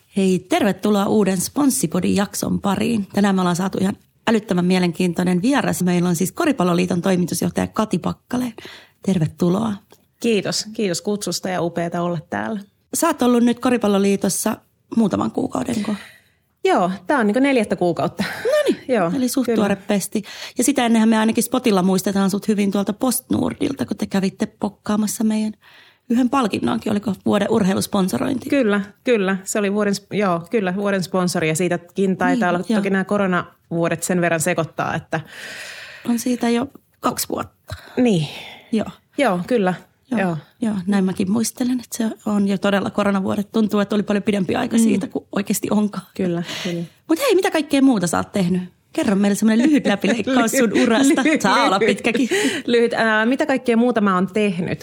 Hei, tervetuloa uuden Sponssipodin jakson pariin. Tänään me ollaan saatu ihan älyttömän mielenkiintoinen vieras. Meillä on siis Koripalloliiton toimitusjohtaja Kati Pakkaleen. Tervetuloa. Kiitos kutsusta ja upeata olla täällä. Sä oot ollut nyt Koripalloliitossa muutaman kuukaudenko? Joo, tää on niin 4 kuukautta. Joo, eli suht tuore pesti. Ja sitä ennenhän me ainakin Spotilla muistetaan sut hyvin tuolta PostNordilta, kun te kävitte pokkaamassa meidän yhden palkinnonkin. Oliko vuoden urheilusponsorointi? Kyllä. Se oli vuoden sponsori ja siitäkin taitaa olla toki nämä koronavuodet sen verran sekoittaa, että... On siitä jo 2 vuotta. Niin. Joo, kyllä. Joo, näin mäkin muistelen, että se on jo todella koronavuodet. Tuntuu, että oli paljon pidempi aika siitä, kuin oikeasti onkaan. Kyllä. Mutta hei, mitä kaikkea muuta sä oot tehnyt? Kerro meille semmoinen lyhyt läpileikkaus sun urasta. Saa olla pitkäkin. Lyhyt. Mitä kaikkea muuta mä oon tehnyt?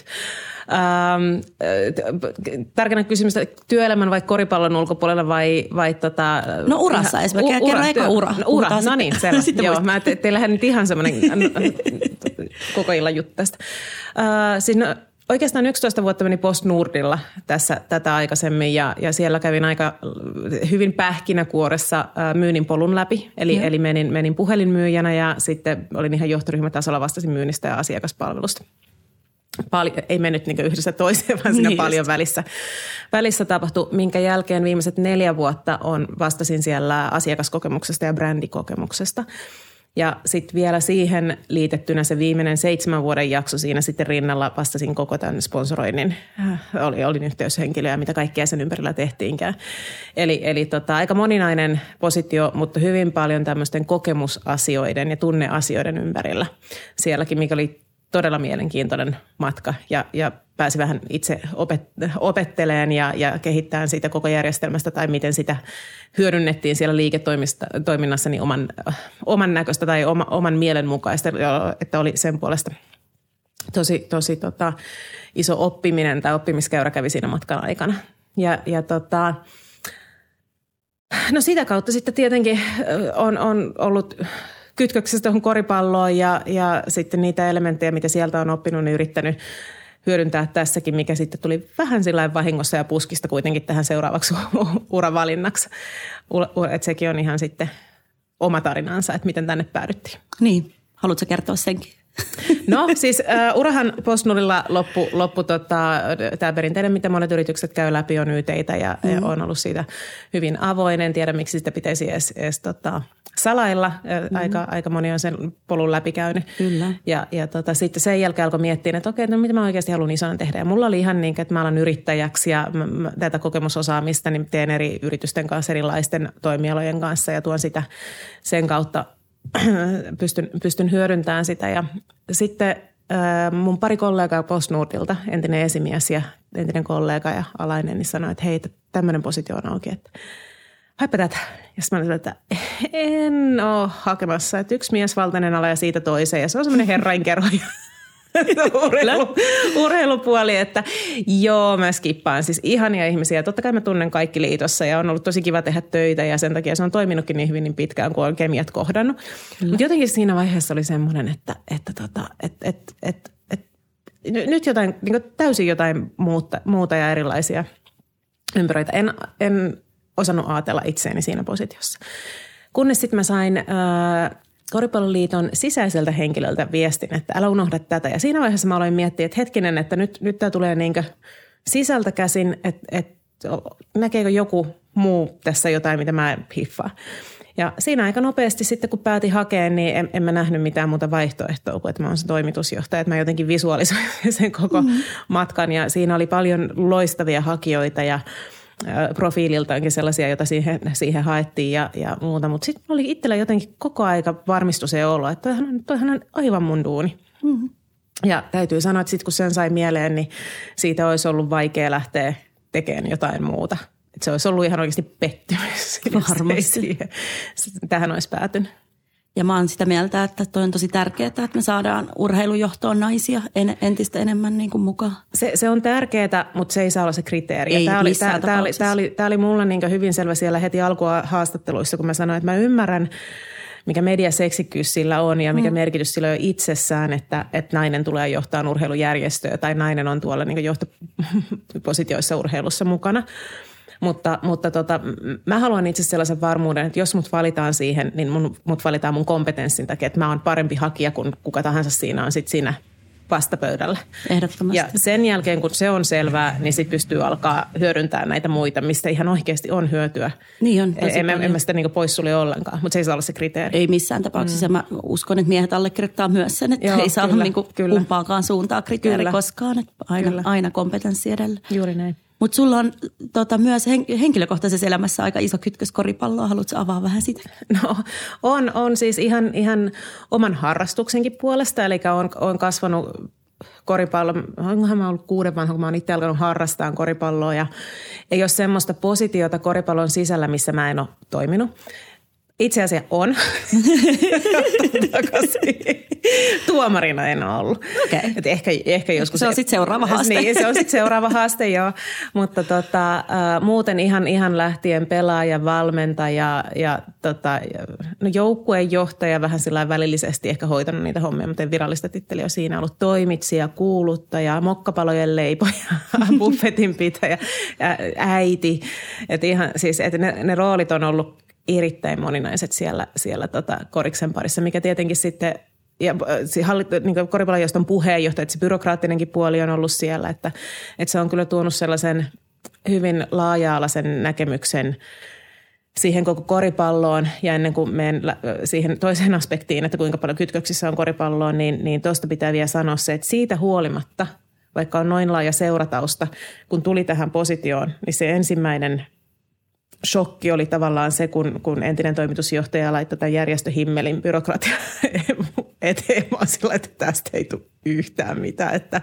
Tarkennan kysymystä, työelämän vai koripallon ulkopuolella vai No urassa esimerkiksi. Kerro eka ura. No niin, selvä. Joo, teillähän nyt ihan semmoinen koko illan juttu tästä. Siis oikeastaan 11 vuotta meni PostNordilla tätä aikaisemmin ja siellä kävin aika hyvin pähkinäkuoressa myynnin polun läpi. Eli menin puhelinmyyjänä ja sitten olin ihan johtoryhmätasolla, vastasin myynnistä ja asiakaspalvelusta. Ei mennyt niin yhdessä toiseen, vaan siinä paljon välissä tapahtui, minkä jälkeen viimeiset 4 vuotta vastasin siellä asiakaskokemuksesta ja brändikokemuksesta. Ja sitten vielä siihen liitettynä se viimeinen 7 vuoden jakso siinä sitten rinnalla vastasin koko tämän sponsoroinnin. Olin yhteyshenkilö ja mitä kaikkea sen ympärillä tehtiinkään. Eli aika moninainen positio, mutta hyvin paljon tämmöisten kokemusasioiden ja tunneasioiden ympärillä sielläkin, mikä oli todella mielenkiintoinen matka ja pääsi vähän itse opetteleen ja kehittämään siitä koko järjestelmästä tai miten sitä hyödynnettiin siellä liiketoiminnassa niin oman näköistä tai oman mielen mukaista, että oli sen puolesta tosi iso oppiminen tai oppimiskäyrä kävi siinä matkan aikana. No sitä kautta sitten tietenkin on ollut kytköksessä tuohon koripalloon ja sitten niitä elementtejä, mitä sieltä on oppinut, niin yrittänyt hyödyntää tässäkin, mikä sitten tuli vähän sillain vahingossa ja puskista kuitenkin tähän seuraavaksi uravalinnaksi. Että sekin on ihan sitten oma tarinansa, että miten tänne päädyttiin. Niin, haluatko kertoa senkin? No siis urahan PostNordilla loppu tämä perinteinen, mitä monet yritykset käy läpi, on YT:itä ja on ollut siitä hyvin avoin. En tiedä, miksi sitä pitäisi edes salailla. Aika moni on sen polun läpikäynyt. Kyllä. Ja sitten sen jälkeen alkoi miettiä, että okei, no mitä mä oikeasti haluan isona tehdä. Ja mulla oli ihan niin, että mä alan yrittäjäksi ja tätä kokemusosaamista niin teen eri yritysten kanssa, erilaisten toimialojen kanssa ja tuon sitä sen kautta pystyn hyödyntämään sitä. Ja sitten mun pari kollegaa PostNordilta, entinen esimies ja entinen kollega ja alainen, niin sanoi, että hei, tämmöinen positio on auki, että haippa tätä. Ja sitten mä sanoin, että en ole hakemassa, että yksi miesvaltainen ala ja siitä toiseen. Ja se on semmoinen herrainkerho urheilupuoli, että joo, mä skippaan. Siis ihania ihmisiä. Totta kai mä tunnen kaikki liitossa ja on ollut tosi kiva tehdä töitä ja sen takia se on toiminutkin niin hyvin niin pitkään, kun on kemiat kohdannut. Mutta jotenkin siinä vaiheessa oli semmoinen, että nyt jotain, niin täysin jotain muuta ja erilaisia ympäröitä. En osannut ajatella itseäni siinä positiossa. Kunnes sitten mä sain Koripalloliiton sisäiseltä henkilöltä viestin, että älä unohda tätä. Ja siinä vaiheessa mä aloin miettiä, että hetkinen, että nyt tämä tulee niinkö sisältä käsin, että näkeekö joku muu tässä jotain, mitä mä hiffaan. Ja siinä aika nopeasti sitten, kun päätin hakea, niin en mä nähnyt mitään muuta vaihtoehtoa kuin, että mä oon se toimitusjohtaja. Että mä jotenkin visualisoin sen koko matkan ja siinä oli paljon loistavia hakijoita ja profiililtaankin sellaisia, joita siihen haettiin ja muuta. Mutta sitten oli itsellä jotenkin koko aika varmistus se olo, että toihan on aivan mun duuni. Mm-hmm. Ja täytyy sanoa, että sitten kun sen sai mieleen, niin siitä olisi ollut vaikea lähteä tekemään jotain muuta. Että se olisi ollut ihan oikeasti pettymys. Varmasti. Tähän olisi päätynyt. Ja mä oon sitä mieltä, että toi on tosi tärkeää, että me saadaan urheilujohtoon naisia entistä enemmän niin kuin mukaan. Se on tärkeää, mutta se ei saa olla se kriteeri. Ei missään tapauksessa. Tämä oli mulla niin hyvin selvä siellä heti alkua haastatteluissa, kun mä sanoin, että mä ymmärrän, mikä mediaseksikkyys sillä on ja mikä merkitys sillä on itsessään, että nainen tulee johtaa urheilujärjestöä tai nainen on tuolla niin johtopositioissa urheilussa mukana. Mutta mä haluan itse sellaisen varmuuden, että jos mut valitaan siihen, niin mut valitaan mun kompetenssin takia, että mä oon parempi hakija kuin kuka tahansa siinä on sit siinä vastapöydällä. Ehdottomasti. Ja sen jälkeen, kun se on selvää, niin sitten pystyy alkaa hyödyntää näitä muita, mistä ihan oikeasti on hyötyä. Niin on. En mä sitä niinku poissulje ollenkaan, mutta se ei saa olla se kriteeri. Ei missään tapauksessa. Mä uskon, että miehet allekirjoittaa myös sen, että joo, ei saa olla niinku kumpaakaan suuntaan kriteeri koskaan. Että aina kompetenssi edellä. Juuri näin. Mutta sulla on myös henkilökohtaisessa elämässä aika iso kytkös koripalloa. Haluatko avaa vähän sitä? No on siis ihan oman harrastuksenkin puolesta. Eli on kasvanut koripallo. Onkohan mä ollut 6 vanha, kun mä oon itse alkanut harrastaa koripalloa. Ja ei ole semmoista positiota koripallon sisällä, missä mä en ole toiminut. Itse asiassa on. Tuomarina en ole ollut. Okay. Ehkä joskus. Se on sitten seuraava haaste. Niin, se on sitten seuraava haaste, joo. Mutta muuten ihan lähtien pelaaja, valmentaja ja joukkueenjohtaja vähän sillä välillisesti ehkä hoitanut niitä hommia, mutta en virallista titteliä ole siinä ollut. Toimitsija, kuuluttaja, mokkapalojen leipoja, buffetinpitäjä, äiti. Että ihan siis, että ne roolit on ollut erittäin moninaiset siellä koriksen parissa, mikä tietenkin sitten, ja niin koripallojouston puheenjohtaja, että se byrokraattinenkin puoli on ollut siellä, että se on kyllä tuonut sellaisen hyvin laaja-alaisen näkemyksen siihen koko koripalloon ja ennen kuin menen siihen toiseen aspektiin, että kuinka paljon kytköksissä on koripalloon, niin tuosta pitää vielä sanoa se, että siitä huolimatta, vaikka on noin laaja seuratausta, kun tuli tähän positioon, niin se ensimmäinen shokki oli tavallaan se, kun entinen toimitusjohtaja laittoi tämän järjestöhimmelin byrokratia eteen. Mä sillä, että tästä ei tule yhtään mitään. Että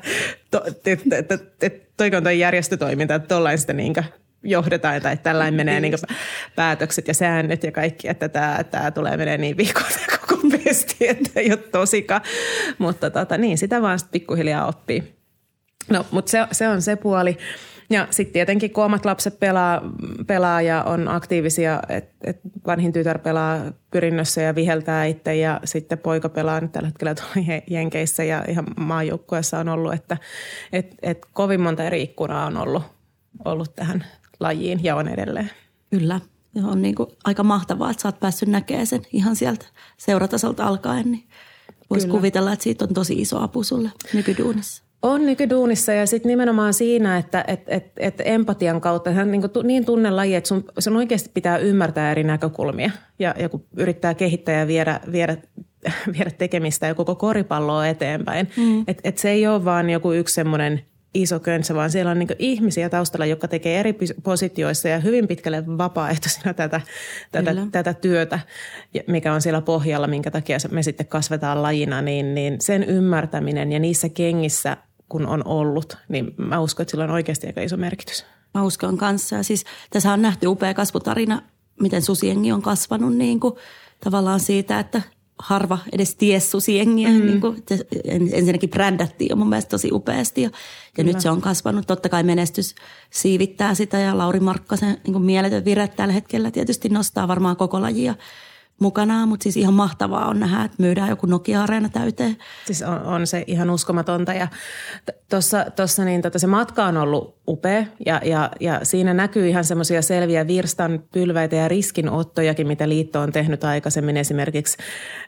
toiko on toi järjestötoiminta, että tollain sitä niinkö johdetaan tai tällainen menee niinkö päätökset ja säännöt ja kaikki, että tämä tulee menee niin viikkoon koko pesti, että ei ole tosika. Mutta niin, sitä vaan sitten pikkuhiljaa oppii. No, mutta se on se puoli. Ja sitten tietenkin, kun omat lapset pelaa ja on aktiivisia, että vanhin tytär pelaa Pyrinnössä ja viheltää itse ja sitten poika pelaa nyt tällä hetkellä tuolla Jenkeissä ja ihan maajoukkueessa on ollut, että kovin monta eri ikkunaa on ollut tähän lajiin ja on edelleen. Kyllä. Ja on niin kuin aika mahtavaa, että sä oot päässyt näkemään sen ihan sieltä seuratasolta alkaen, niin voisi kuvitella, että siitä on tosi iso apu sulle nykyduunissa. On nykyduunissa ja sitten nimenomaan siinä, että empatian kautta niin tunnelaji, että sun oikeasti pitää ymmärtää eri näkökulmia. Ja kun yrittää kehittää ja viedä tekemistä ja koko koripalloa eteenpäin. Että se ei ole vaan joku yksi semmoinen iso köntsä, vaan siellä on niin ihmisiä taustalla, jotka tekee eri positioissa ja hyvin pitkälle vapaaehtoisina tätä työtä, mikä on siellä pohjalla, minkä takia me sitten kasvetaan lajina, niin sen ymmärtäminen ja niissä kengissä, kun on ollut, niin mä uskon, että sillä on oikeasti aika iso merkitys. Mä uskon kanssa. Siis tässä on nähty upea kasvutarina, miten susiengi on kasvanut niin kuin, tavallaan siitä, että harva edes ties susiengiä. Niin kuin, ensinnäkin brändättiin jo mun mielestä tosi upeasti ja nyt se on kasvanut. Totta kai menestys siivittää sitä ja Lauri Markkasen niin kuin mieletön vire tällä hetkellä tietysti nostaa varmaan koko lajia mukanaan, mutta siis ihan mahtavaa on nähdä, että myydään joku Nokia-areena täyteen. Siis on se ihan uskomatonta ja tuossa niin se matka on ollut upea ja siinä näkyy ihan semmoisia selviä virstanpylväitä ja riskinottojakin, mitä liitto on tehnyt aikaisemmin. Esimerkiksi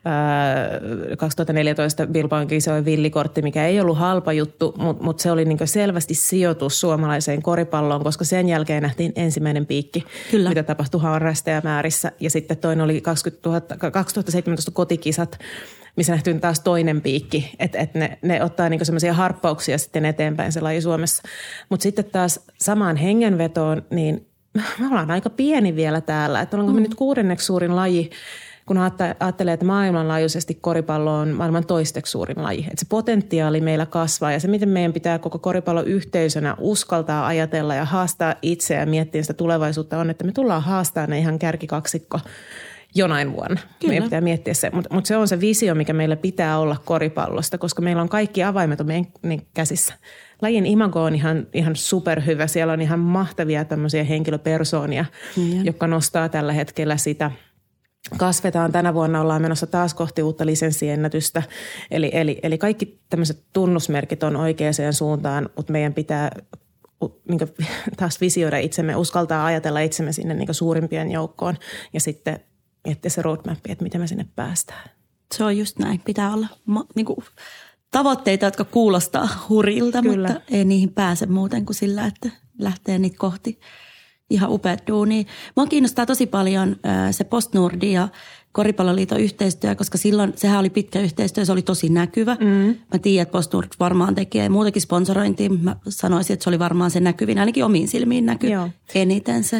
2014 Bilbaon kisojen villikortti, mikä ei ollut halpa juttu, mutta se oli niin selvästi sijoitus suomalaiseen koripalloon, koska sen jälkeen nähtiin ensimmäinen piikki, Kyllä. mitä tapahtui harrastajamäärissä. Ja sitten toinen oli 2017 kotikisat, missä nähtiin taas toinen piikki, että ne ottaa niinku semmoisia harppauksia sitten eteenpäin se laji Suomessa. Mutta sitten taas samaan hengenvetoon, niin me ollaan aika pieni vielä täällä. Että ollaanko me nyt 6. suurin laji, kun ajattelee, että maailmanlaajuisesti koripallo on maailman toiseksi suurin laji. Että se potentiaali meillä kasvaa ja se, miten meidän pitää koko koripalloyhteisönä uskaltaa ajatella ja haastaa itseä ja miettiä sitä tulevaisuutta on, että me tullaan haastamaan ne ihan kärkikaksikko jonain vuonna. Kyllä. Meidän pitää miettiä se, mutta se on se visio, mikä meillä pitää olla koripallosta, koska meillä on kaikki avaimet on meidän käsissä. Lajin imago on ihan superhyvä. Siellä on ihan mahtavia tämmöisiä henkilöpersoonia, jotka nostaa tällä hetkellä sitä. Kasvetaan tänä vuonna, ollaan menossa taas kohti uutta lisenssiennätystä. Eli kaikki tämmöiset tunnusmerkit on oikeaan suuntaan, mutta meidän pitää niin taas visioida itsemme, uskaltaa ajatella itsemme sinne niin suurimpien joukkoon ja sitten miettiä se roadmap, että miten me sinne päästään. Se on just näin. Pitää olla niin kuin tavoitteita, jotka kuulostaa hurjilta, Kyllä. mutta ei niihin pääse muuten kuin sillä, että lähtee niitä kohti. Ihan upeat duunia. Mua kiinnostaa tosi paljon se Post-Nordin ja Koripalloliiton yhteistyö, koska silloin sehän oli pitkä yhteistyö, se oli tosi näkyvä. Mä tiedän, että Post-Nord varmaan tekee muutakin sponsorointia. Mä sanoisin, että se oli varmaan se näkyvin, ainakin omiin silmiin näkyy eniten se.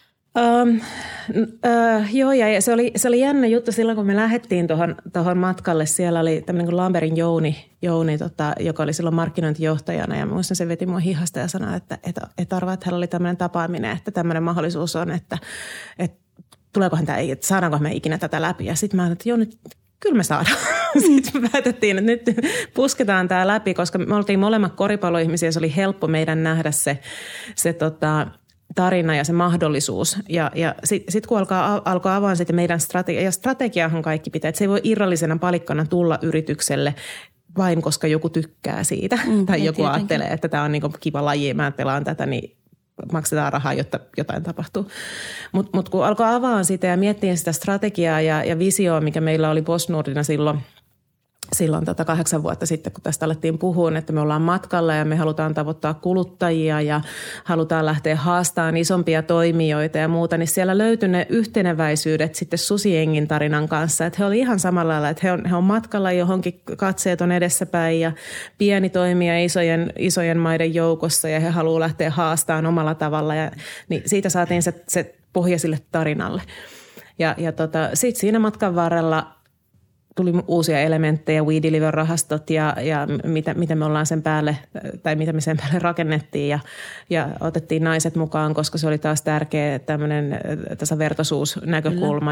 Joo, ja se oli jännä juttu silloin, kun me lähdettiin tuohon matkalle. Siellä oli tämmöinen kuin Lamberin Jouni joka oli silloin markkinointijohtajana. Ja muistan, se veti mua hihasta ja sanoi, että arvaa, että hänellä oli tämmöinen tapaaminen, että tämmöinen mahdollisuus on, että saadaanko me ikinä tätä läpi. Ja sitten mä ajattelin, että joo, nyt kyllä me saadaan. Sitten me päätettiin, että nyt pusketaan tämä läpi, koska me oltiin molemmat koripalloihmisiä. Se oli helppo meidän nähdä se tarina ja se mahdollisuus. Ja sitten kun alkoi avaa sitten meidän strategiahan kaikki pitää. Että se ei voi irrallisena palikkana tulla yritykselle vain koska joku tykkää siitä. Tai joku ajattelee, että tämä on niin kiva laji, mä pelaan tätä, niin maksetaan rahaa, jotta jotain tapahtuu. Mut kun alkoi avaa sitä ja miettiä sitä strategiaa ja visioa, mikä meillä oli Post-Nordina silloin 8 vuotta sitten, kun tästä alettiin puhua, että me ollaan matkalla ja me halutaan tavoittaa kuluttajia ja halutaan lähteä haastamaan isompia toimijoita ja muuta, niin siellä löytyi ne yhteneväisyydet sitten Susiengin tarinan kanssa, että he oli ihan samalla lailla, että he on matkalla johonkin, katseet on edessäpäin ja pieni toimija isojen maiden joukossa ja he haluaa lähteä haastamaan omalla tavalla ja niin siitä saatiin se pohja sille tarinalle. Ja sitten siinä matkan varrella tuli uusia elementtejä, We Deliver-rahastot ja mitä me ollaan sen päälle, tai mitä me sen päälle rakennettiin ja otettiin naiset mukaan, koska se oli taas tärkeä tämmöinen tasavertaisuusnäkökulma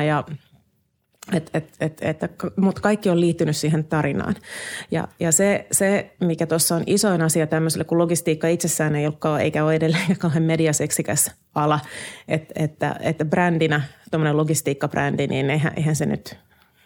mutta kaikki on liittynyt siihen tarinaan. Ja se mikä tuossa on isoin asia tämmöiselle, kun logistiikka itsessään ei olekaan, eikä ole edelleen kauhean mediaseksikäs ala, että brändinä, tuommoinen logistiikkabrändi, niin eihän se nyt...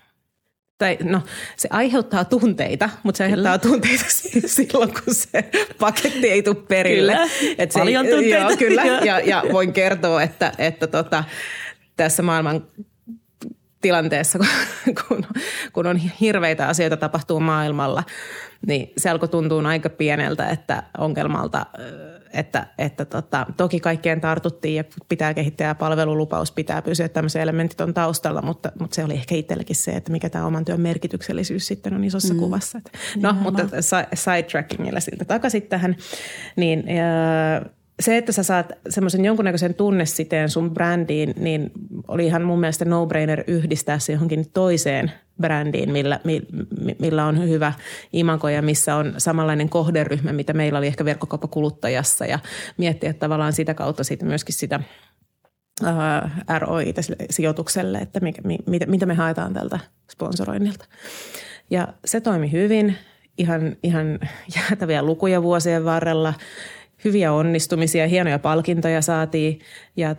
se aiheuttaa tunteita, mutta se aiheuttaa tunteita silloin, kun se paketti ei tule perille. Kyllä, paljon tunteita. Joo, kyllä. Ja voin kertoa, että tässä maailman tilanteessa, kun on hirveitä asioita tapahtuu maailmalla, niin se alkoi tuntua aika pieneltä ongelmalta, että toki kaikkeen tartuttiin ja pitää kehittää ja palvelulupaus pitää pysyä, että tämmöiset elementit on taustalla, mutta se oli ehkä itselläkin se, että mikä tämä oman työn merkityksellisyys sitten on isossa kuvassa. Mutta sidetrackingilla siltä takaisin tähän, niin se, että sä saat semmoisen jonkunnäköisen tunnesiteen sun brändiin, niin oli ihan mun mielestä no-brainer yhdistää se johonkin toiseen brändiin, millä on hyvä imago ja missä on samanlainen kohderyhmä, mitä meillä oli ehkä verkkokauppakuluttajassa ja miettiä että tavallaan sitä kautta sitten myöskin sitä ROI-sijoitukselle, että mitä me haetaan tältä sponsoroinnilta. Ja se toimi hyvin, ihan jäätäviä lukuja vuosien varrella. Hyviä onnistumisia, hienoja palkintoja saatiin ja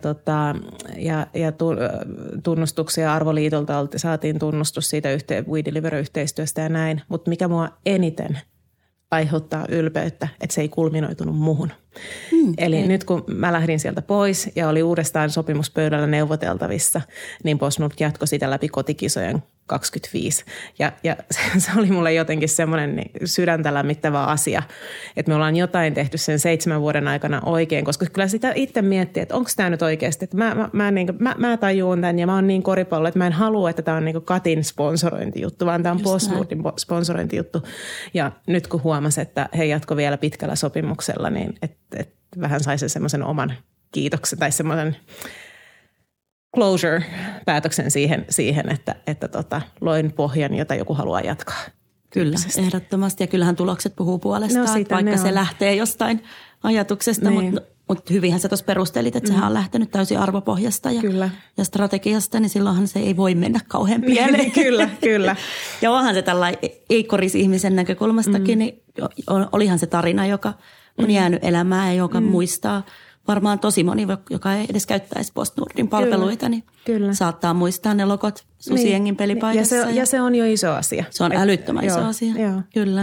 tunnustuksia Arvoliitolta saatiin tunnustus siitä We Deliver-yhteistyöstä ja näin. Mutta mikä mua eniten aiheuttaa ylpeyttä, että se ei kulminoitunut muuhun. Eli nyt kun mä lähdin sieltä pois ja oli uudestaan sopimuspöydällä neuvoteltavissa, niin Post-Nord jatkoi sitä läpi kotikisojen 25. Ja se oli mulle jotenkin semmoinen sydäntä lämmittävä asia, että me ollaan jotain tehty sen 7 vuoden aikana oikein, koska kyllä sitä itse miettii, että onko tämä nyt oikeasti, että mä tajuun tämän ja mä oon niin koripallo, että mä en halua, että tämä on niin Katin sponsorointijuttu, vaan tämä on Post-Nordin sponsorointijuttu. Ja nyt kun huomasi, että he jatkoi vielä pitkällä sopimuksella, niin että vähän sai se semmoisen oman kiitoksen tai semmoisen closure-päätöksen siihen että loin pohjan, jota joku haluaa jatkaa. Kyllä, ehdottomasti. Ja kyllähän tulokset puhuu puolestaan, vaikka se lähtee jostain ajatuksesta, niin. Mutta hyvinhän sä tuossa perustelit, että sehän on lähtenyt täysin arvopohjasta ja strategiasta, niin silloinhan se ei voi mennä kauhean pieleen. Kyllä. Ja onhan se tällainen ei-koris-ihmisen näkökulmastakin, niin olihan se tarina, joka on jäänyt elämään ja joka muistaa. Varmaan tosi moni, joka ei edes käyttäisi Post-Nordin palveluita, niin saattaa muistaa ne logot Susiengin pelipaidassa. Ja se on jo iso asia. Se on älyttömän iso asia, kyllä.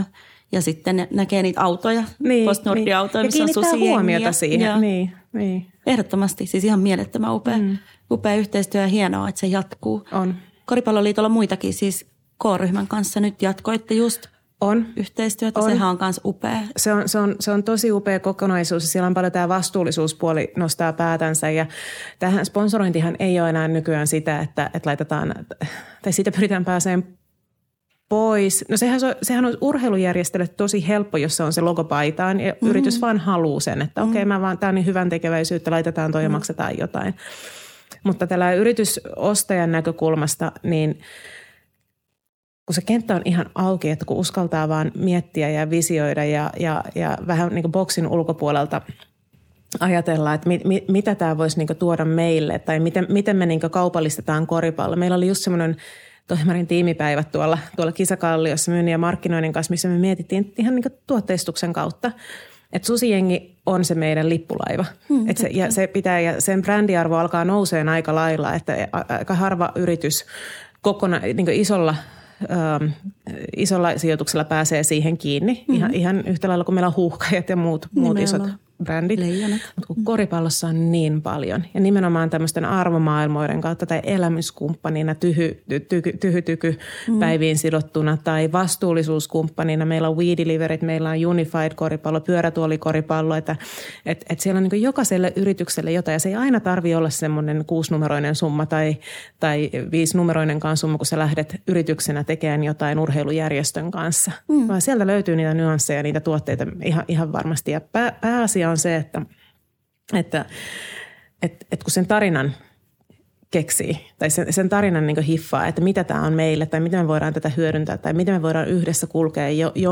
Ja sitten näkee niitä autoja, PostNord-autoja, missä on susijengiä. Ja kiinnittää huomiota siihen. Niin. Ehdottomasti, siis ihan mielettömän upea yhteistyö ja hienoa, että se jatkuu. On. Koripalloliitolla muitakin, siis K-ryhmän kanssa nyt jatkoitte just yhteistyötä. Sehän on myös upea. Se on tosi upea kokonaisuus ja siellä on paljon tämä vastuullisuuspuoli nostaa päätänsä ja tähän sponsorointihan ei ole enää nykyään sitä, että laitetaan, tai siitä pyritään pääsemään pois. No sehän on urheilujärjestölle tosi helppo, jos se on se logo paitaan ja yritys vaan haluaa sen, että okei, tämä on niin hyvän tekeväisyyttä, laitetaan toi ja maksetaan jotain. Mutta tällä yritysostajan näkökulmasta, niin kun se kenttä on ihan auki, että kun uskaltaa vaan miettiä ja visioida ja vähän niin kuin boksin ulkopuolelta ajatella, että mitä tämä voisi niin kuin tuoda meille tai miten me niin kuin kaupallistetaan koripallo. Meillä oli just semmoinen Toimarin tiimipäivät tuolla Kisakalliossa myynnin ja markkinoinnin kanssa, missä me mietittiin ihan niin kuin tuotteistuksen kautta, että susijengi on se meidän lippulaiva. Ja sen brändiarvo alkaa nouseen aika lailla, että aika harva yritys niin kuin isolla sijoituksella pääsee siihen kiinni. Ihan yhtä lailla kuin meillä on Huuhkajat ja muut isot brändit. Mutta koripallossa on niin paljon. Ja nimenomaan tämmöisten arvomaailmoiden kautta tai elämyskumppanina, tyhy päiviin sidottuna tai vastuullisuuskumppanina. Meillä on We Deliverit, meillä on Unified koripallo, pyörätuolikoripallo. Että siellä on niin jokaiselle yritykselle jotain. Ja se ei aina tarvitse olla semmoinen 6-numeroinen summa tai 5-numeroinenkaan summa, kun sä lähdet yrityksenä tekemään jotain urheilujärjestön kanssa. Vaan sieltä löytyy niitä nyansseja, niitä tuotteita ihan varmasti. Ja pääasia on se, että kun sen tarinan keksii tai sen tarinan niin kuin hiffaa, että mitä tämä on meille tai miten me voidaan tätä hyödyntää tai miten me voidaan yhdessä kulkea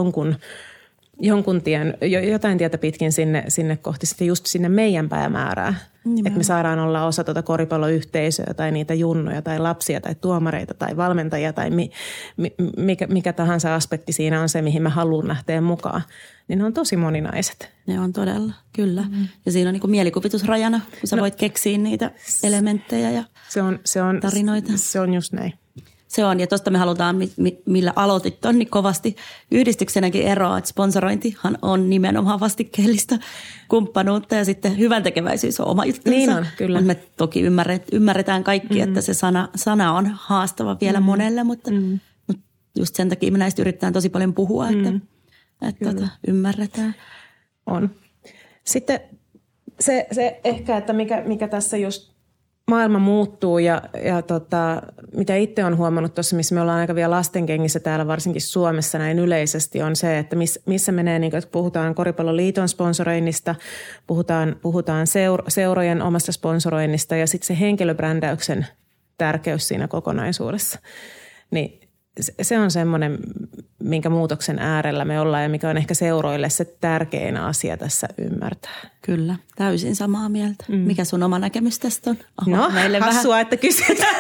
jonkun tien, jotain tietä pitkin sinne kohti sitten just sinne meidän päämäärää. Että me saadaan olla osa tuota koripalloyhteisöä tai niitä junnuja tai lapsia tai tuomareita tai valmentajia tai mikä tahansa aspekti siinä on se, mihin mä haluan lähteä mukaan. Niin ne on tosi moninaiset. Ne on todella, kyllä. Ja siinä on niin kuin mielikuvitusrajana, kun sä voit keksiä niitä elementtejä ja tarinoita. Se on just näin. Se on, ja tuosta me halutaan, millä aloitit ton, niin kovasti yhdistyksenäkin eroa, että sponsorointihan on nimenomaan vastikkeellista kumppanuutta ja sitten hyvän tekeväisyys on oma juttunsa. Niin on, kyllä. Me toki ymmärretään kaikki, että se sana on haastava vielä monelle, mutta just sen takia me näistä yritetään tosi paljon puhua, että ymmärretään. On. Sitten se ehkä, että mikä tässä just maailma muuttuu ja mitä itse olen huomannut tuossa, missä me ollaan aika vielä lastenkengissä täällä varsinkin Suomessa näin yleisesti, on se, että missä menee, niin kuin, että puhutaan Koripalloliiton sponsoroinnista, puhutaan seurojen omasta sponsoroinnista ja sitten se henkilöbrändäyksen tärkeys siinä kokonaisuudessa. Niin se on semmoinen, minkä muutoksen äärellä me ollaan ja mikä on ehkä seuroille se tärkein asia tässä ymmärtää. Kyllä, täysin samaa mieltä. Mikä sun oma näkemys tästä on? Meille hassua, vähän. Että kysytään.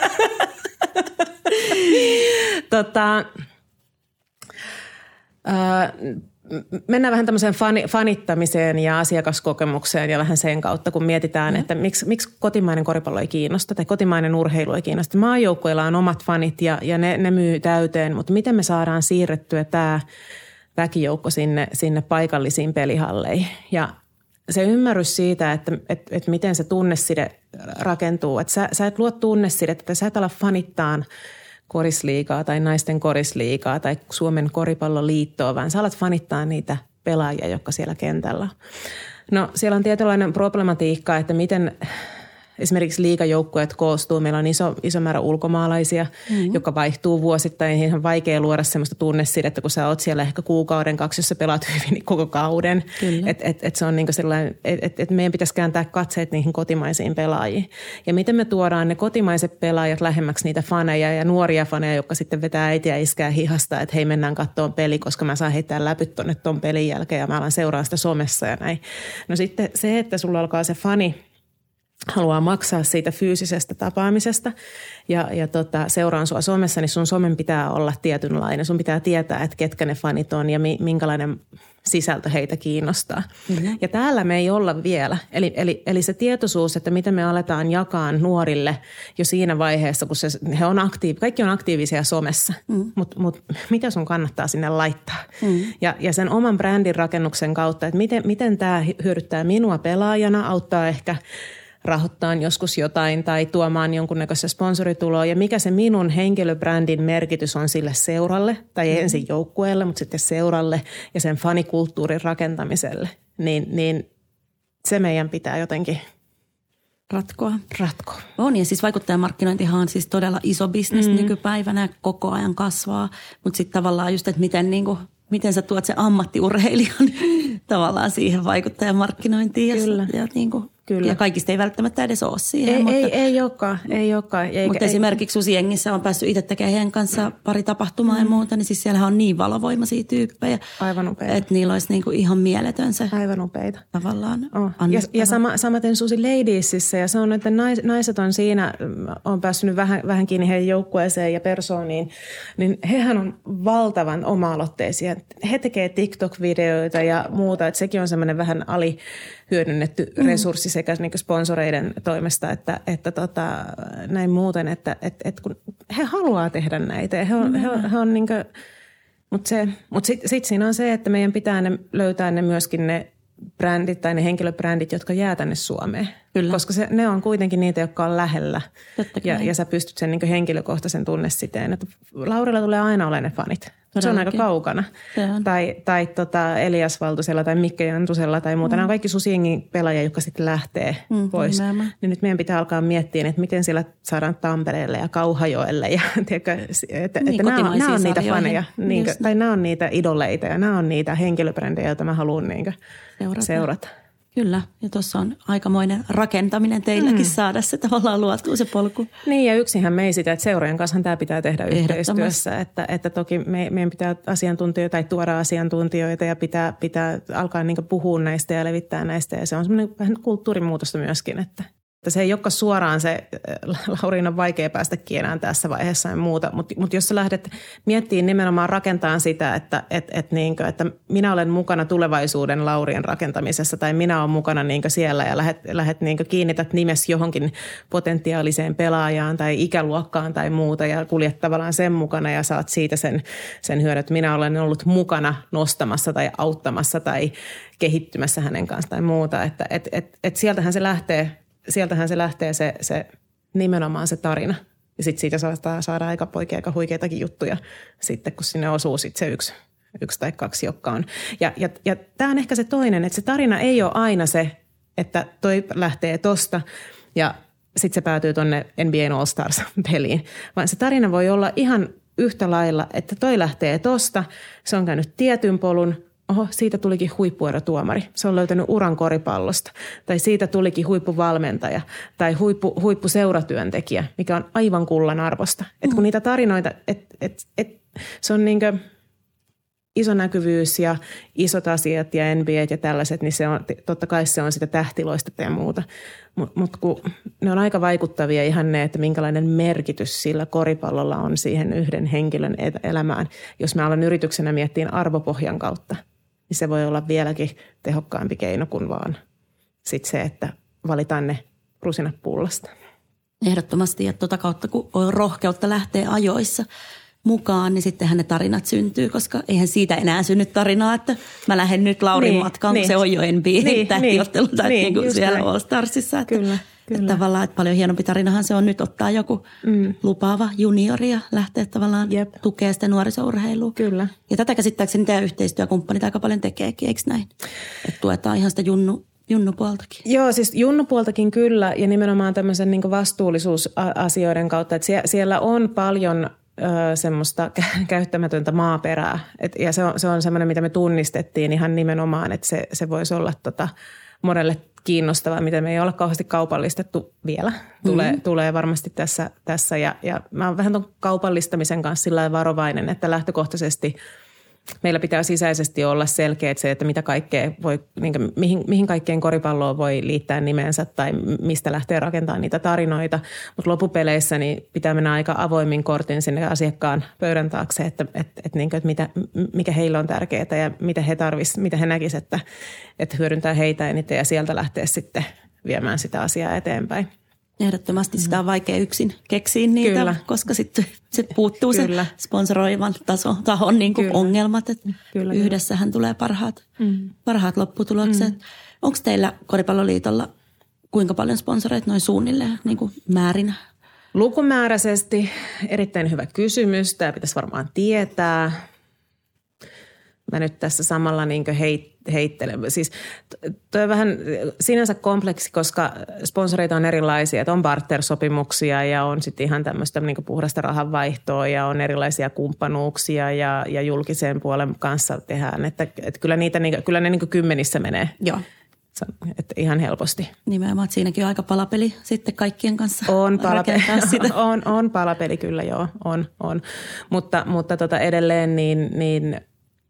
Mennään vähän tämmöiseen fanittamiseen ja asiakaskokemukseen ja vähän sen kautta, kun mietitään, että miksi kotimainen koripallo ei kiinnosta tai kotimainen urheilu ei kiinnosta. Maajoukkueilla on omat fanit ja ne myy täyteen, mutta miten me saadaan siirrettyä tämä väkijoukko sinne paikallisiin pelihalleihin. Ja se ymmärrys siitä, että miten se tunneside rakentuu, että sä et luo tunnesidettä, että sä et ala fanittaan korisliigaa tai naisten korisliigaa tai Suomen koripalloliittoa, vaan sä alat fanittaa niitä pelaajia, jotka siellä kentällä on. No siellä on tietynlainen problematiikka, että miten esimerkiksi liigajoukkueet koostuu. Meillä on iso määrä ulkomaalaisia, jotka vaihtuu vuosittain. Ihan vaikea luoda sellaista tunnesidettä, kun sä oot siellä ehkä kuukauden, 2, jos sä pelaat hyvin niin koko kauden. Että se on niin sellainen, että meidän pitäisi kääntää katseet niihin kotimaisiin pelaajiin. Ja miten me tuodaan ne kotimaiset pelaajat lähemmäksi niitä faneja ja nuoria faneja, jotka sitten vetää äitiä ja iskää hihasta, että hei, mennään katsomaan peli, koska mä saan heittää läpyt tonne ton pelin jälkeen ja mä alan seuraa sitä somessa ja näin. No sitten se, että sulla alkaa se haluaa maksaa siitä fyysisestä tapaamisesta ja seuraan sua somessa, niin sun somen pitää olla tietynlainen. Sun pitää tietää, että ketkä ne fanit on ja minkälainen sisältö heitä kiinnostaa. Mm-hmm. Ja täällä me ei olla vielä. Eli se tietoisuus, että miten me aletaan jakaa nuorille jo siinä vaiheessa, kun kaikki on aktiivisia somessa, mutta mitä sun kannattaa sinne laittaa? Ja sen oman brändin rakennuksen kautta, että miten tämä hyödyttää minua pelaajana, auttaa ehkä rahoittaa joskus jotain tai tuomaan jonkunnäköistä sponsorituloa ja mikä se minun henkilöbrändin merkitys on sille seuralle tai ensin joukkueelle, mutta sitten seuralle ja sen fanikulttuurin rakentamiselle, niin se meidän pitää jotenkin ratkoa. Ratkoa. On ja siis vaikuttajamarkkinointihan on siis todella iso bisnes nykypäivänä, koko ajan kasvaa, mutta sitten tavallaan just, että miten sä tuot sen ammattiurheilijan tavallaan siihen vaikuttajamarkkinointiin. Kyllä. Ja kaikista ei välttämättä edes ole siihen. Ei olekaan. Mutta esimerkiksi Susijengissä on päässyt itse tekemään heidän kanssa pari tapahtumaa ja muuta, niin siis siellähän on niin valovoimaisia tyyppejä. Aivan upeita. Että niillä olisi ihan mieletön se aivan upeita. Tavallaan ja samaten Susi Ladiesissa ja se on, että naiset on siinä, on päässyt vähän kiinni heidän joukkueeseen ja persooniin, niin hehän on valtavan oma-aloitteisia. He tekee TikTok-videoita ja muuta, että sekin on semmoinen vähän hyödynnetty resurssi sekä niin sponsoreiden toimesta että näin muuten, että kun he haluaa tehdä näitä ja he on niin kuin, mutta sitten siinä on se, että meidän pitää löytää ne myöskin ne brändit tai ne henkilöbrändit, jotka jää tänne Suomeen. Kyllä. Koska ne on kuitenkin niitä, jotka on lähellä ja sä pystyt sen niin kuin henkilökohtaisen tunnesiteen. Että Laurilla tulee aina olemaan ne fanit. Todellakin. Se on aika kaukana. Tai Elias Valtusella tai Mikke Jantusella tai muuta. Nämä on kaikki Susijengin pelaajia, jotka sitten lähtee pois. Niin nyt meidän pitää alkaa miettiä, että miten sillä saadaan Tampereelle ja Kauhajoelle. Ja, tiedätkö, että nämä on niitä faneja. Tai nämä on niitä idoleita ja nämä on niitä henkilöbrändejä, joita mä haluan niin seurata. Kyllä, ja tuossa on aikamoinen rakentaminen teilläkin saada se tavallaan luotua se polku. Niin, ja yksinhän me ei sitä, että seurojen kanssa tämä pitää tehdä yhteistyössä. Että toki meidän pitää asiantuntijoita tai tuoda asiantuntijoita ja pitää alkaa niin kuin puhua näistä ja levittää näistä. Ja se on semmoinen vähän kulttuurimuutosta myöskin, että se ei olekaan suoraan se, Lauriin on vaikea päästä enää tässä vaiheessa ja muuta, mutta jos sä lähdet miettimään nimenomaan rakentamaan sitä, että minä olen mukana tulevaisuuden Laurien rakentamisessa tai minä olen mukana siellä ja lähdet kiinnität nimessä johonkin potentiaaliseen pelaajaan tai ikäluokkaan tai muuta ja kuljet tavallaan sen mukana ja saat siitä sen hyödyn, että minä olen ollut mukana nostamassa tai auttamassa tai kehittymässä hänen kanssaan tai muuta, että sieltähän se lähtee se nimenomaan se tarina. Ja sitten siitä saadaan aika huikeitakin juttuja sitten, kun sinne osuu sitten se yksi tai kaksi, jotka on. Ja tämä on ehkä se toinen, että se tarina ei ole aina se, että toi lähtee tosta ja sitten se päätyy tonne NBA All Stars-peliin. Vaan se tarina voi olla ihan yhtä lailla, että toi lähtee tosta, se on käynyt tietyn polun, siitä tulikin huippuerotuomari. Se on löytänyt uran koripallosta. Tai siitä tulikin huippuvalmentaja tai huippuseuratyöntekijä, mikä on aivan kullan arvosta. Et kun niitä tarinoita, se on niinkö iso näkyvyys ja isot asiat ja NBA ja tällaiset, niin se on, totta kai se on sitä tähtiloista ja muuta. Mutta kun ne on aika vaikuttavia ihan ne, että minkälainen merkitys sillä koripallolla on siihen yhden henkilön elämään. Jos mä alan yrityksenä miettiä arvopohjan kautta, niin se voi olla vieläkin tehokkaampi keino kuin vaan sit se, että valitaan ne rusinat pullasta. Ehdottomasti, ja tuota kautta kun on rohkeutta lähteä ajoissa mukaan, niin sittenhän ne tarinat syntyy, koska eihän siitä enää synny tarinaa, että mä lähden nyt Laurin matkaan, kun se on jo NBA-tähtiottelu tai siellä All Starsissa. Kyllä. Että tavallaan, että paljon hienompi tarinahan se on nyt ottaa joku lupaava juniori ja lähteä tavallaan tukea sitä nuorisourheilua. Kyllä. Ja tätä käsittääkseni tämä yhteistyökumppanit aika paljon tekeekin, eikö näin? Että tuetaan ihan sitä junnupuoltakin. Joo, siis junnupuoltakin kyllä ja nimenomaan tämmöisen niin kuin vastuullisuusasioiden kautta, että siellä on paljon semmoista käyttämätöntä maaperää. Ja se on semmoinen, mitä me tunnistettiin ihan nimenomaan, että se voisi olla monelle kiinnostavaa, mitä me ei ole kauheasti kaupallistettu vielä. Tulee varmasti tässä ja mä oon vähän ton kaupallistamisen kanssa sillä lailla varovainen, että lähtökohtaisesti meillä pitää sisäisesti olla selkeät se, että mitä kaikkea voi, mihin kaikkeen koripalloon voi liittää nimensä tai mistä lähtee rakentamaan niitä tarinoita. Mutta loppupeleissä niin pitää mennä aika avoimin kortin sinne asiakkaan pöydän taakse, että mikä heille on tärkeää ja mitä he tarvitsisivat, mitä he näkisivät, että hyödyntää heitä eniten ja sieltä lähtee sitten viemään sitä asiaa eteenpäin. Ehdottomasti sitä on vaikea yksin keksiä niitä, kyllä, koska sitten se puuttuu kyllä, se sponsoroivan tahon niin kuin ongelmat. Että kyllä, yhdessähän tulee parhaat lopputulokset. Onko teillä Koripalloliitolla kuinka paljon sponsoreita noin suunnilleen niin kuin määrinä? Lukumääräisesti erittäin hyvä kysymys. Tämä pitäisi varmaan tietää. Mä nyt tässä samalla niin heittelen. Siis toi on vähän sinänsä kompleksi, koska sponsoreita on erilaisia. Että on barter-sopimuksia ja on sitten ihan tämmöistä niin puhdasta rahanvaihtoa ja on erilaisia kumppanuuksia ja julkisen puolen kanssa tehdään. Että kyllä ne niin kymmenissä menee. Joo. Että ihan helposti. Nimenomaan, että siinäkin on aika palapeli sitten kaikkien kanssa. On palapeli, on palapeli kyllä joo, on. Mutta edelleen niin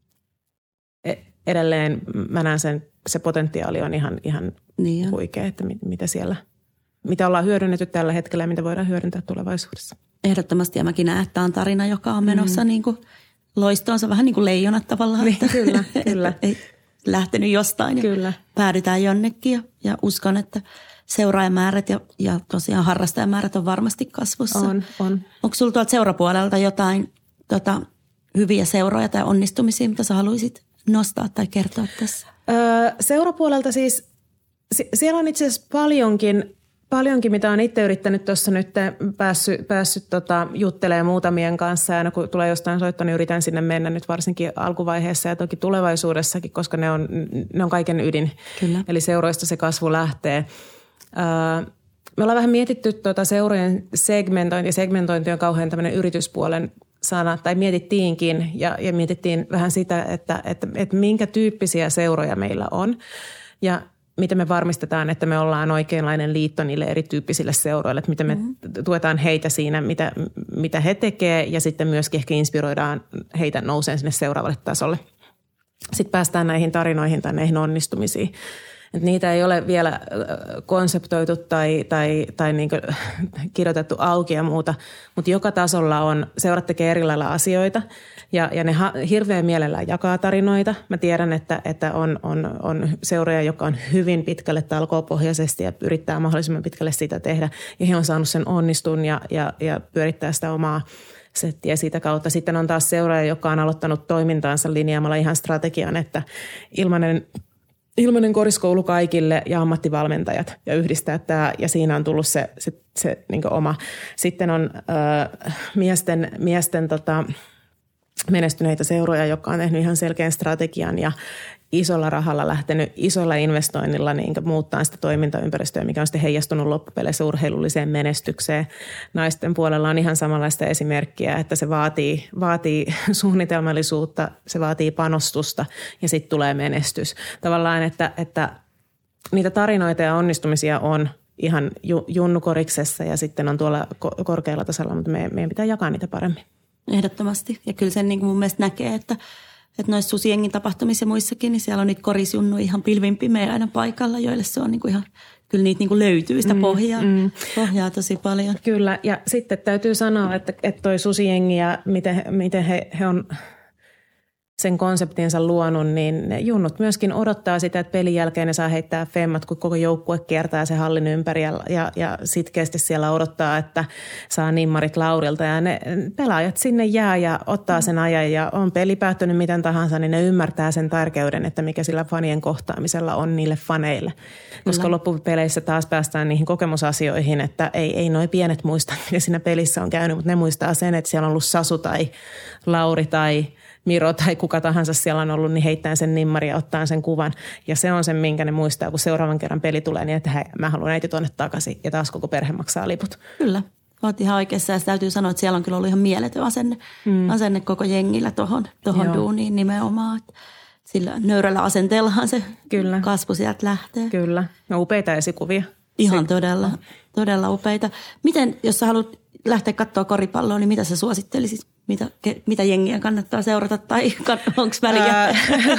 edelleen mä näen se potentiaali on ihan niin huikea, että mitä ollaan hyödynnetty tällä hetkellä ja mitä voidaan hyödyntää tulevaisuudessa. Ehdottomasti ja mäkin näen, että tämä on tarina, joka on menossa niin kuin loistoonsa vähän niin kuin leijonat tavallaan. Niin, kyllä. Ei lähtenyt jostain ja päädytään jonnekin ja uskon, että seuraajamäärät ja tosiaan harrastajamäärät on varmasti kasvussa. On. Onko sulla tuolta seurapuolelta jotain hyviä seuroja tai onnistumisia, mitä sä haluaisit nostaa tai kertoa tässä? Seurapuolelta siis, siellä on itse asiassa paljonkin, mitä olen itse yrittänyt tuossa nyt päässyt juttelemaan muutamien kanssa. Ja kun tulee jostain soittoa, niin yritän sinne mennä nyt varsinkin alkuvaiheessa ja toki tulevaisuudessakin, koska ne on kaiken ydin. Kyllä. Eli seuroista se kasvu lähtee. Me ollaan vähän mietitty seurojen segmentointi. Segmentointi on kauhean tämmöinen yrityspuolen sana, tai mietittiinkin ja mietittiin vähän sitä, että minkä tyyppisiä seuroja meillä on ja miten me varmistetaan, että me ollaan oikeanlainen liitto niille erityyppisille seuroille, että miten me tuetaan heitä siinä, mitä he tekee ja sitten myöskin ehkä inspiroidaan heitä nouseen sinne seuraavalle tasolle. Sitten päästään näihin tarinoihin tai näihin onnistumisiin. Että niitä ei ole vielä konseptoitu tai niin kuin kirjoitettu auki ja muuta, mutta joka tasolla seurat tekee eri lailla asioita ja ne hirveän mielellään jakaa tarinoita. Mä tiedän, että on seuroja, jotka on hyvin pitkälle talkoopohjaisesti ja yrittää mahdollisimman pitkälle sitä tehdä ja he on saanut sen onnistun ja pyörittää sitä omaa settiä siitä kautta. Sitten on taas seuraaja, joka on aloittanut toimintaansa linjaamalla ihan strategian, että ilmainen koriskoulu kaikille ja ammattivalmentajat ja yhdistää tämä ja siinä on tullut se niin kuin oma. Sitten on miesten menestyneitä seuroja, jotka on tehnyt ihan selkeän strategian ja isolla rahalla lähtenyt isolla investoinnilla niin muuttaa sitä toimintaympäristöä, mikä on sitten heijastunut loppupeleissä urheilulliseen menestykseen. Naisten puolella on ihan samanlaista esimerkkiä, että se vaatii suunnitelmallisuutta, se vaatii panostusta ja sitten tulee menestys. Tavallaan, että niitä tarinoita ja onnistumisia on ihan junnukoriksessa ja sitten on tuolla korkealla tasolla, mutta meidän pitää jakaa niitä paremmin. Ehdottomasti. Ja kyllä sen niin kuin mun mielestä näkee, että noissa Susiengin tapahtumissa ja muissakin, niin siellä on niitä korisjunnuja ihan pilvin pimeä aina paikalla, joille se on niin kuin ihan, kyllä niitä niin kuin löytyy sitä pohjaa tosi paljon. Kyllä, ja sitten täytyy sanoa, että toi Susiengi ja miten he on sen konseptinsa luonut, niin ne junnut myöskin odottaa sitä, että pelin jälkeen ne saa heittää femmat, kun koko joukkue kiertää se hallin ympäri ja sitkeästi siellä odottaa, että saa nimmarit laurilta ja ne pelaajat sinne jää ja ottaa sen ajan ja on peli päättynyt miten tahansa, niin ne ymmärtää sen tärkeyden, että mikä sillä fanien kohtaamisella on niille faneille. Koska loppupeleissä taas päästään niihin kokemusasioihin, että ei noi pienet muista, mitä siinä pelissä on käynyt, mutta ne muistaa sen, että siellä on ollut Sasu tai Lauri tai Miro tai kuka tahansa siellä on ollut, niin heittää sen nimmarin ja ottaa sen kuvan. Ja se on se, minkä ne muistaa, kun seuraavan kerran peli tulee, niin että hei, mä haluan äiti tuonne takaisin. Ja taas koko perhe maksaa liput. Kyllä, olet ihan oikeassa. Ja täytyy sanoa, että siellä on kyllä ollut ihan mieletön asenne koko jengillä tohon duuniin nimenomaan. Sillä nöyrällä asenteellahan se kasvu sieltä lähtee. Kyllä, no upeita esikuvia. Ihan todella upeita. Miten, jos sä haluat lähteä katsoa koripalloa, niin mitä sä suosittelisit? mitä jengiä kannattaa seurata tai onko väliä?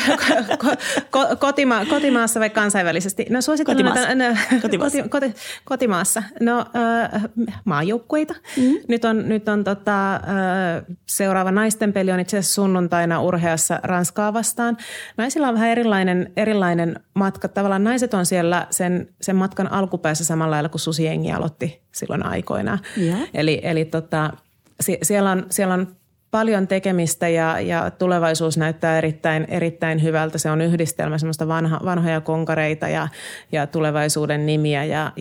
Kotimaassa vai kansainvälisesti? No suosittelen kotimaassa. No maajoukkueita. Nyt on seuraava naisten peli on itse asiassa sunnuntaina Urheassa Ranskaa vastaan. Naisilla on vähän erilainen matka. Tavallaan naiset on siellä sen matkan alkupäässä samalla lailla kuin susijengi aloitti silloin aikoinaan. Yeah. Eli siellä on paljon tekemistä ja tulevaisuus näyttää erittäin hyvältä. Se on yhdistelmä semmoista vanhoja konkareita ja tulevaisuuden nimiä ja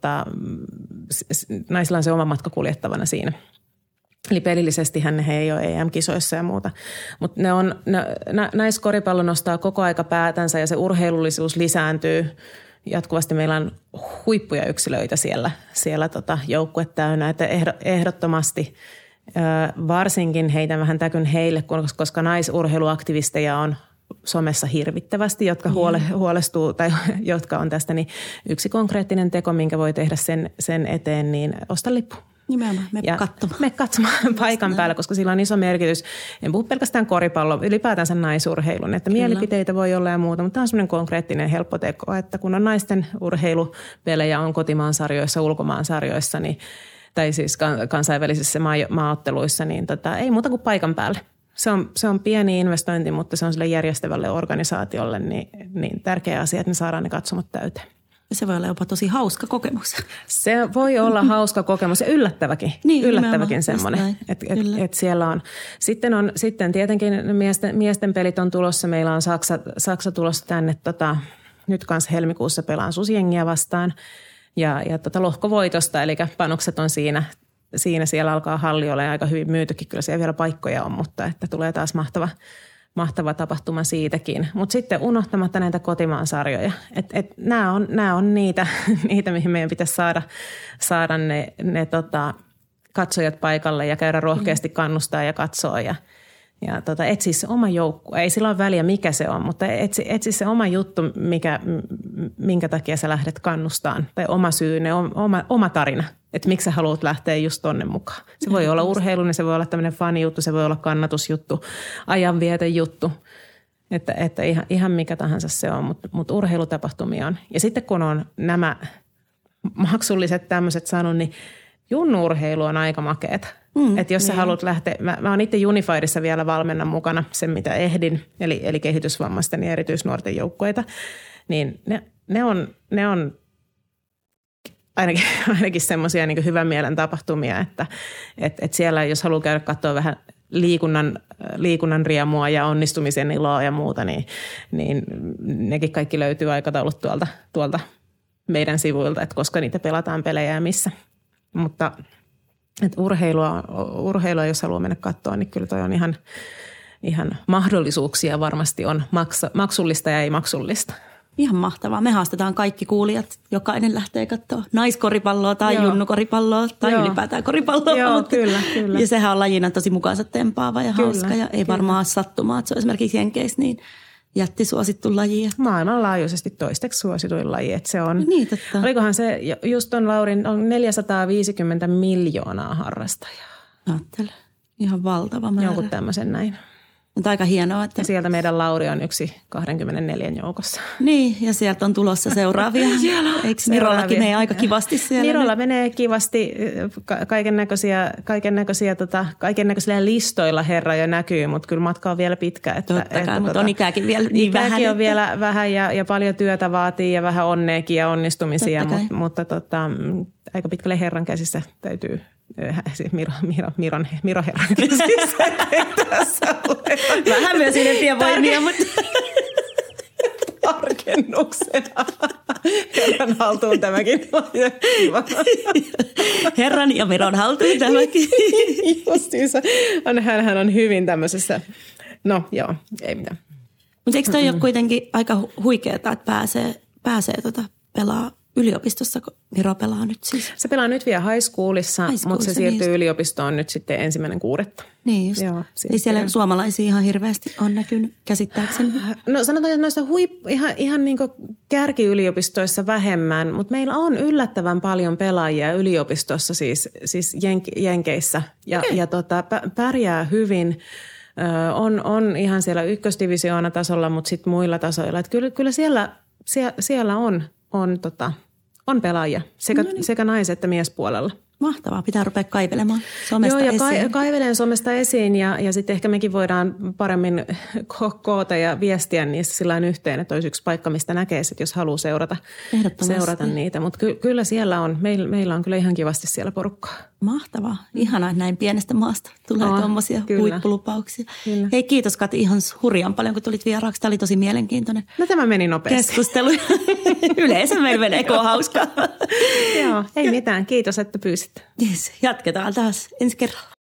naisilla on se oma matka kuljettavana siinä. Eli pelillisestihän he ei ole EM-kisoissa ja muuta. Mutta naiskoripallo nostaa koko aika päätänsä ja se urheilullisuus lisääntyy. Jatkuvasti meillä on huippuja yksilöitä siellä joukkue täynnä, että ehdottomasti varsinkin heitän vähän täkyn heille, koska naisurheiluaktivisteja on somessa hirvittävästi, jotka huolestuu tai jotka on tästä, niin yksi konkreettinen teko, minkä voi tehdä sen eteen, niin osta lippu. Nimenomaan, me katsomaan paikan päällä, koska sillä on iso merkitys. En puhu pelkästään koripallo, ylipäätänsä naisurheilun, että mielipiteitä voi olla ja muuta, mutta tämä on semmoinen konkreettinen helppo teko, että kun on naisten urheilupelejä, on kotimaan sarjoissa, ulkomaan sarjoissa, niin tai siis kansainvälisissä maaotteluissa, niin ei muuta kuin paikan päälle. Se on pieni investointi, mutta se on sille järjestävälle organisaatiolle niin tärkeä asia, että me saadaan ne katsomot täyteen. Se voi olla jopa tosi hauska kokemus. Se voi olla hauska kokemus ja yllättäväkin. Yllättäväkin semmoinen, että siellä on. Sitten tietenkin miesten pelit on tulossa. Meillä on Saksa tulossa tänne nyt kanssa helmikuussa pelaan susijengiä vastaan. Ja lohkovoitosta, eli panokset on siinä siellä alkaa halli olla aika hyvin myytykin. Kyllä siellä vielä paikkoja on, mutta että tulee taas mahtava tapahtuma siitäkin. Mutta sitten unohtamatta näitä kotimaan sarjoja. Nämä on niitä, mihin meidän pitäisi saada ne katsojat paikalle ja käydä rohkeasti kannustaa ja katsoa ja etsi se oma joukkue. Ei sillä ole väliä, mikä se on, mutta etsi se oma juttu, minkä takia sä lähdet kannustaan. Tai oma syy, oma tarina. Että miksi sä haluat lähteä just tonne mukaan. Se voi olla urheilu, niin se voi olla tämmöinen fanijuttu, se voi olla kannatusjuttu, ajanvietejuttu. Että ihan mikä tahansa se on, mutta urheilutapahtumia on. Ja sitten kun on nämä maksulliset tämmöiset sanonut, niin junnu-urheilu on aika makeeta. Että jos sä haluat lähteä, mä oon itse Unifiedissa vielä valmennan mukana sen, mitä ehdin, eli kehitysvammaisten ja erityisnuorten joukkueita, niin ne on ainakin semmoisia niin hyvän mielen tapahtumia, että siellä jos haluaa käydä katsoa vähän liikunnan riemua ja onnistumisen iloa ja muuta, niin nekin kaikki löytyy aikataulut tuolta meidän sivuilta, että koska niitä pelataan pelejä ja missä. Mutta että urheilua, jos haluaa mennä katsoa, niin kyllä toi on ihan mahdollisuuksia varmasti on maksullista ja ei maksullista. Ihan mahtavaa. Me haastetaan kaikki kuulijat. Jokainen lähtee katsoa naiskoripalloa tai junnukoripalloa tai ylipäätään koripalloa. Joo, kyllä. Ja sehän on lajina tosi mukaansa tempaava ja hauska ja ei varmaan ole sattumaa, että se on esimerkiksi Jenkeissä niin jättisuosittu laji. Maailmanlaajuisesti toisteksi suosituin laji. Että se on, niin, totta. Olikohan se just on Laurin, on 450 miljoonaa harrastajaa. Ajattele. Ihan valtava määrä. Jonkun tämmöisen näin. Mutta aika hienoa, että... Ja sieltä meidän Lauri on yksi 24 joukossa. Niin, ja sieltä on tulossa seuraavia. Eikö Mirollakin mene aika kivasti siellä? Mirolla menee kivasti. Kaikennäköisillä listoilla herra jo näkyy, mutta kyllä matka on vielä pitkä. Totta kai, mutta on ikääkin vielä niin vähän. Ikäkin on vielä vähän ja paljon työtä vaatii ja vähän onneekin ja onnistumisia, mutta aika pitkälle herran käsissä täytyy... Miro herran käsissä. Vähän myös idempiä voimia, mutta... Tarkennuksena. Herran haltuun tämäkin. Herran ja Miron haltuun tämäkin. Justiinsa. Hänhän on hyvin tämmöisessä... No joo, ei mitään. Mutta eikö toi ole kuitenkin aika huikeeta, että pääsee pelaa yliopistossa Miro pelaa nyt siis. Se pelaa nyt vielä high schoolissa, mutta se siirtyy yliopistoon nyt sitten 1.6. Niin just. Joo, ei siellä suomalaisia ihan hirveästi on näkynyt käsittääkseni. No sanotaan, että noista ihan niin kuin kärkiyliopistoissa vähemmän, mutta meillä on yllättävän paljon pelaajia yliopistossa siis Jenkeissä ja pärjää hyvin. On ihan siellä ykkösdivisioona tasolla, mutta sitten muilla tasoilla. Että kyllä siellä on pelaajia sekä nais- että miespuolella. Mahtavaa, pitää rupea kaivelemaan somesta esiin. Joo, ja kaivelen somesta esiin ja sitten ehkä mekin voidaan paremmin koota ja viestiä niistä sillain yhteen, että olisi yksi paikka, mistä näkee sit, jos haluaa seurata niitä. Mutta kyllä siellä on, meillä on kyllä ihan kivasti siellä porukkaa. Mahtavaa, ihanaa, että näin pienestä maasta tulee tuommoisia huippulupauksia. Kyllä. Hei, kiitos Kati ihan hurjan paljon, kun tulit vieraaksi. Tämä oli tosi mielenkiintoinen. No tämä meni nopeasti. Keskustelu. Yleensä meillä menee, kun on hauskaa. Joo, ei mitään. Kiitos, että pyysit. Yes, jatketaan taas ensi kerralla.